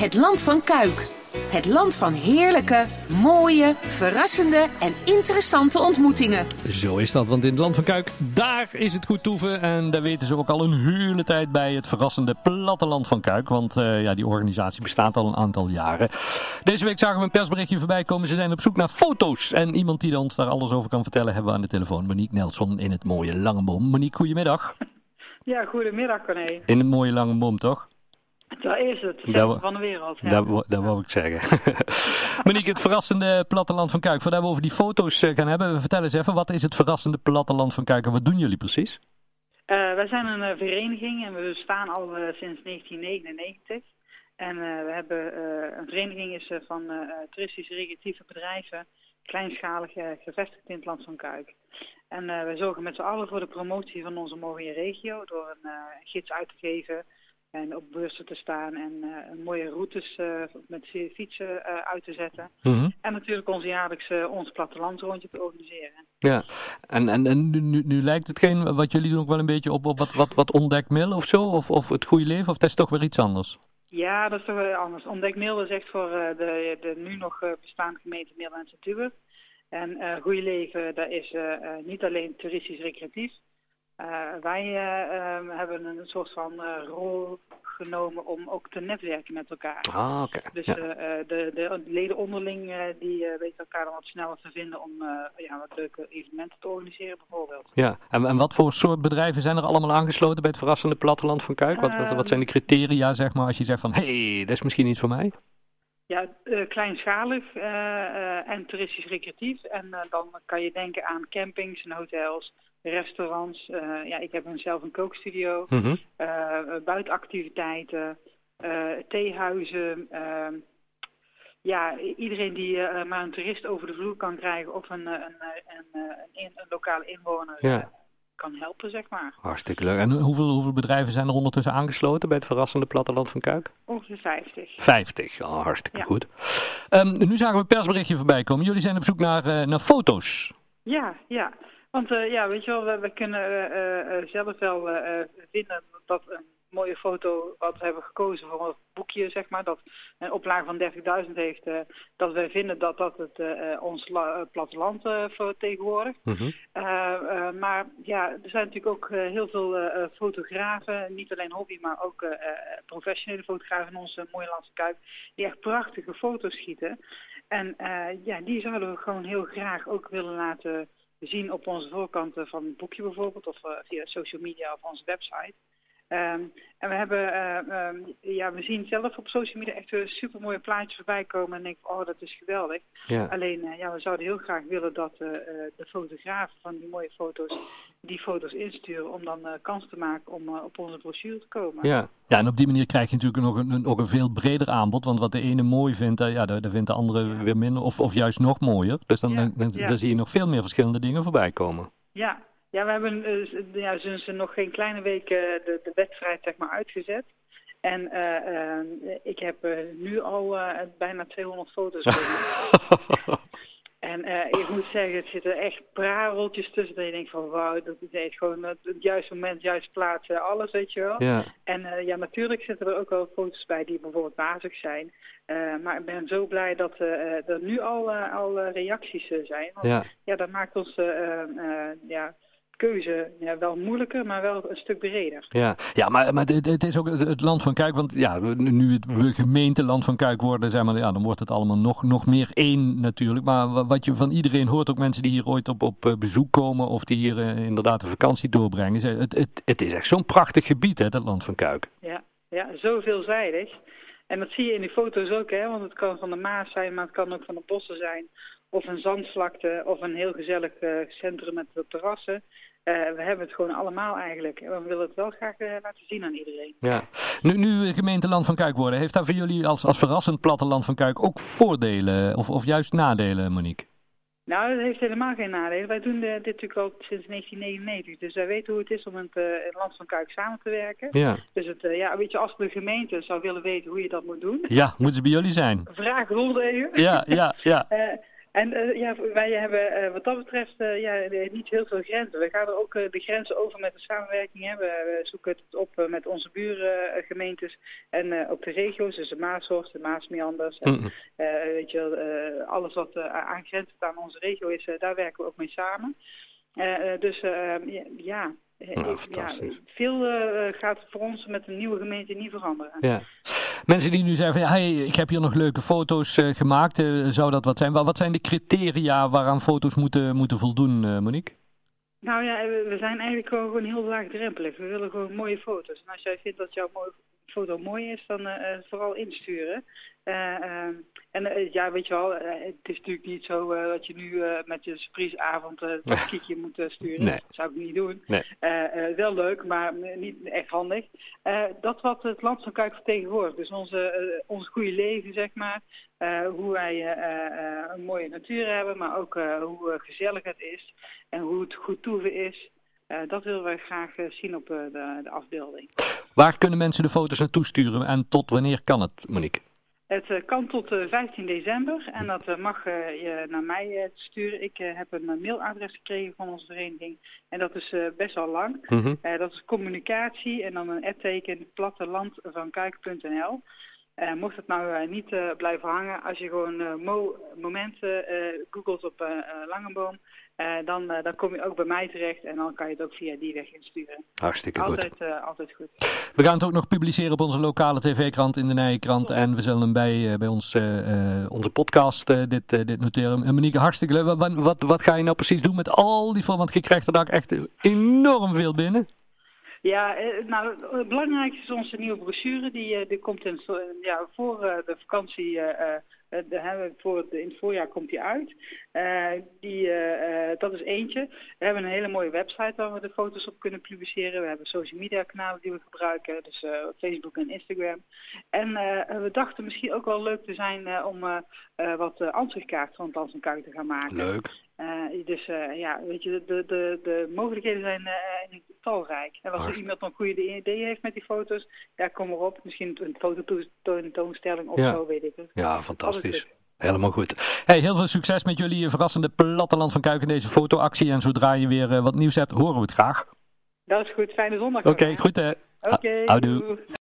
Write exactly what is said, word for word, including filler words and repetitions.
Het land van Kuik. Het land van heerlijke, mooie, verrassende en interessante ontmoetingen. Zo is dat, want in het land van Kuik, daar is het goed toeven. En daar weten ze ook al een hele tijd bij, het verrassende platteland van Kuik. Want uh, ja, die organisatie bestaat al een aantal jaren. Deze week zagen we een persberichtje voorbij komen. Ze zijn op zoek naar foto's. En iemand die ons daar alles over kan vertellen hebben we aan de telefoon. Monique Nelson in het mooie Langeboom. Monique, goedemiddag. Ja, goedemiddag Corné. In het mooie Langeboom, toch? Daar is het, het dat, van de wereld. Ja. Dat, dat wou ik zeggen. Monique, het verrassende platteland van Kuik. Voordat we over die foto's gaan hebben, vertel eens even, wat is het verrassende platteland van Kuik en wat doen jullie precies? Uh, wij zijn een uh, vereniging en we bestaan al uh, sinds negentien negenennegentig. En uh, we hebben uh, een vereniging is uh, van uh, toeristische recreatieve bedrijven, kleinschalig uh, gevestigd in het land van Kuik. En uh, wij zorgen met z'n allen voor de promotie van onze mooie regio door een uh, gids uit te geven en op beurzen te staan en uh, mooie routes uh, met fietsen uh, uit te zetten. Mm-hmm. En natuurlijk ons jaarlijkse ons plattelandsrondje te organiseren. Ja, en, en, en nu, nu, nu lijkt hetgeen wat jullie doen ook wel een beetje op, op wat, wat, wat Ontdek Mil of zo? Of, of het goede leven? Of dat is toch weer iets anders? Ja, dat is toch weer anders. Ontdek Mil is echt voor uh, de, de nu nog uh, bestaande gemeente Mil en Centuur. En uh, goede leven, dat is uh, uh, niet alleen toeristisch recreatief. Uh, wij uh, um, hebben een soort van uh, rol genomen om ook te netwerken met elkaar. Ah, oké. Okay. Dus ja. uh, de, de leden onderling uh, die uh, weten elkaar dan wat sneller te vinden om uh, ja, wat leuke evenementen te organiseren bijvoorbeeld. Ja, en, en wat voor soort bedrijven zijn er allemaal aangesloten bij het verrassende platteland van Kuik? Wat, wat, wat zijn de criteria, zeg maar, als je zegt van, hé, hey, dat is misschien iets voor mij? Ja, uh, kleinschalig uh, uh, en toeristisch recreatief. En uh, dan kan je denken aan campings en hotels, restaurants. Uh, ja, ik heb zelf een kookstudio, mm-hmm. uh, buitenactiviteiten, uh, theehuizen. Uh, ja, iedereen die uh, maar een toerist over de vloer kan krijgen of een, een, een, een, een, een lokale inwoner ja. uh, kan helpen, zeg maar. Hartstikke leuk. En hoeveel, hoeveel bedrijven zijn er ondertussen aangesloten bij het verrassende platteland van Kuik? Ongeveer vijftig. vijftig, oh, hartstikke ja. goed. Um, nu zagen we een persberichtje voorbij komen. Jullie zijn op zoek naar, uh, naar foto's. Ja, ja. Want uh, ja, weet je wel, we, we kunnen uh, uh, zelf wel uh, vinden dat een mooie foto wat we hebben gekozen voor een boekje, zeg maar, dat een oplage van dertigduizend heeft, uh, dat wij vinden dat dat het uh, ons la, uh, platteland uh, vertegenwoordigt. Mm-hmm. Uh, uh, maar ja, er zijn natuurlijk ook uh, heel veel uh, fotografen, niet alleen hobby, maar ook uh, professionele fotografen in onze mooie landse Kuik, die echt prachtige foto's schieten. En uh, ja, die zouden we gewoon heel graag ook willen laten zien op onze voorkanten van het boekje bijvoorbeeld, of uh, via social media of onze website. Um, en we hebben, uh, um, ja, we zien zelf op social media echt een super mooie plaatjes voorbij komen en denken, oh, dat is geweldig. Ja. Alleen, uh, ja, we zouden heel graag willen dat uh, de fotografen van die mooie foto's die foto's insturen om dan uh, kans te maken om uh, op onze brochure te komen. Ja. Ja, en op die manier krijg je natuurlijk nog een, een, ook een veel breder aanbod, want wat de ene mooi vindt, uh, ja, daar vindt de andere ja. weer minder, of, of juist nog mooier. Dus dan, ja. dan, ja. dan zie je nog veel meer verschillende dingen voorbij komen. Ja. Ja, we hebben uh, ja, sinds nog geen kleine week uh, de, de wedstrijd zeg maar uitgezet. En uh, uh, ik heb uh, nu al uh, bijna tweehonderd foto's gemaakt. En uh, ik moet zeggen, het zitten echt pareltjes tussen dat je denkt van wauw, dat is echt gewoon het, het juiste moment, juiste plaats, alles, weet je wel. Ja. En uh, ja, natuurlijk zitten er ook wel foto's bij die bijvoorbeeld wazig zijn. Uh, maar ik ben zo blij dat uh, er nu al, uh, al uh, reacties uh, zijn. Want ja. ja, dat maakt ons uh, uh, ja... keuze ja, wel moeilijker, maar wel een stuk breder. Ja, ja maar, maar het, het is ook het land van Kuik, want ja, nu we gemeenteland van Kuik worden, zeg maar, ja, dan wordt het allemaal nog, nog meer één natuurlijk. Maar wat je van iedereen hoort, ook mensen die hier ooit op, op bezoek komen of die hier uh, inderdaad een vakantie doorbrengen, het, het, het is echt zo'n prachtig gebied, hè, dat land van Kuik. Ja, ja, zo veelzijdig. En dat zie je in die foto's ook, hè, want het kan van de Maas zijn, maar het kan ook van de bossen zijn. Of een zandvlakte, of een heel gezellig uh, centrum met terrassen. Uh, we hebben het gewoon allemaal eigenlijk. En we willen het wel graag uh, laten zien aan iedereen. Ja. Nu, nu gemeente Land van Kuik worden, heeft dat voor jullie als, als verrassend platteland van Kuik ook voordelen of, of juist nadelen, Monique? Nou, dat heeft helemaal geen nadelen. Wij doen de, dit natuurlijk al sinds negentien negenennegentig. Dus wij weten hoe het is om in het, uh, het Land van Kuik samen te werken. Ja. Dus het, uh, ja, weet je, als de gemeente zou willen weten hoe je dat moet doen. Ja, moeten ze bij jullie zijn. Vraag rolde even. Ja, ja, ja. uh, En uh, ja, wij hebben uh, wat dat betreft uh, ja, niet heel veel grenzen. We gaan er ook uh, de grenzen over met de samenwerking. Hè. We, we zoeken het op uh, met onze buurgemeentes en uh, ook de regio's. Dus de Maashorst, de Maasmeanders. En, uh, weet je wel, uh, alles wat uh, aangrenzend aan onze regio is, uh, daar werken we ook mee samen. Uh, dus uh, ja... Nou, ik, ja, veel uh, gaat voor ons met een nieuwe gemeente niet veranderen. Ja. Mensen die nu zeggen, van, hey, ik heb hier nog leuke foto's uh, gemaakt, uh, zou dat wat zijn? Wat zijn de criteria waaraan foto's moeten, moeten voldoen, uh, Monique? Nou ja, we zijn eigenlijk gewoon heel laagdrempelig. We willen gewoon mooie foto's. En als jij vindt dat jouw mooie foto mooi is, dan uh, vooral insturen. Uh, uh, en uh, ja, weet je wel, uh, het is natuurlijk niet zo uh, dat je nu uh, met je surpriseavond uh, dat kiekje moet uh, sturen. Nee. Dat zou ik niet doen. Nee. Uh, uh, wel leuk, maar niet echt handig. Uh, dat wat het Land van Kuik vertegenwoordigt. Dus onze, uh, ons goede leven, zeg maar. Uh, hoe wij uh, uh, een mooie natuur hebben, maar ook uh, hoe uh, gezellig het is. En hoe het goed toeven is. Uh, dat willen wij graag uh, zien op uh, de, de afbeelding. Waar kunnen mensen de foto's naartoe sturen en tot wanneer kan het, Monique? Het uh, kan tot uh, vijftien december en dat uh, mag uh, je naar mij uh, sturen. Ik uh, heb een uh, mailadres gekregen van onze vereniging en dat is uh, best wel lang. Mm-hmm. Uh, dat is communicatie en dan een app-teken plattelandvankuik punt n l. Uh, mocht het nou uh, niet uh, blijven hangen, als je gewoon uh, mo- momenten uh, googelt op uh, uh, Langenboom, uh, dan, uh, dan kom je ook bij mij terecht en dan kan je het ook via die weg insturen. Hartstikke altijd, goed. Uh, altijd goed. We gaan het ook nog publiceren op onze lokale tv-krant in de Nijenkrant en we zullen hem bij, uh, bij ons, uh, uh, onze podcast uh, dit, uh, dit noteren. En Monique, hartstikke leuk. Wat, wat, wat ga je nou precies doen met al die foto's? Want je krijgt er daar echt enorm veel binnen. Ja, nou, het belangrijkste is onze nieuwe brochure. Die, die komt in, ja, voor de vakantie, uh, de, voor het, in het voorjaar komt die uit. Uh, die, uh, dat is eentje. We hebben een hele mooie website waar we de foto's op kunnen publiceren. We hebben social media kanalen die we gebruiken, dus uh, Facebook en Instagram. En uh, we dachten misschien ook wel leuk te zijn uh, om uh, uh, wat uh, ansichtkaarten van het Land van Kuik te gaan maken. Leuk. Uh, dus uh, ja, weet je, de, de, de mogelijkheden zijn uh, talrijk. En als er iemand nog goede ideeën heeft met die foto's, ja, kom erop. Misschien een fototentoonstelling of ja. zo, weet ik het. Ja, fantastisch. Helemaal goed. Hey, heel veel succes met jullie verrassende Platteland van Kuik in deze fotoactie. En zodra je weer uh, wat nieuws hebt, horen we het graag. Dat is goed. Fijne zondag. Oké, okay, goed hè. Oké. Okay, Houdoe.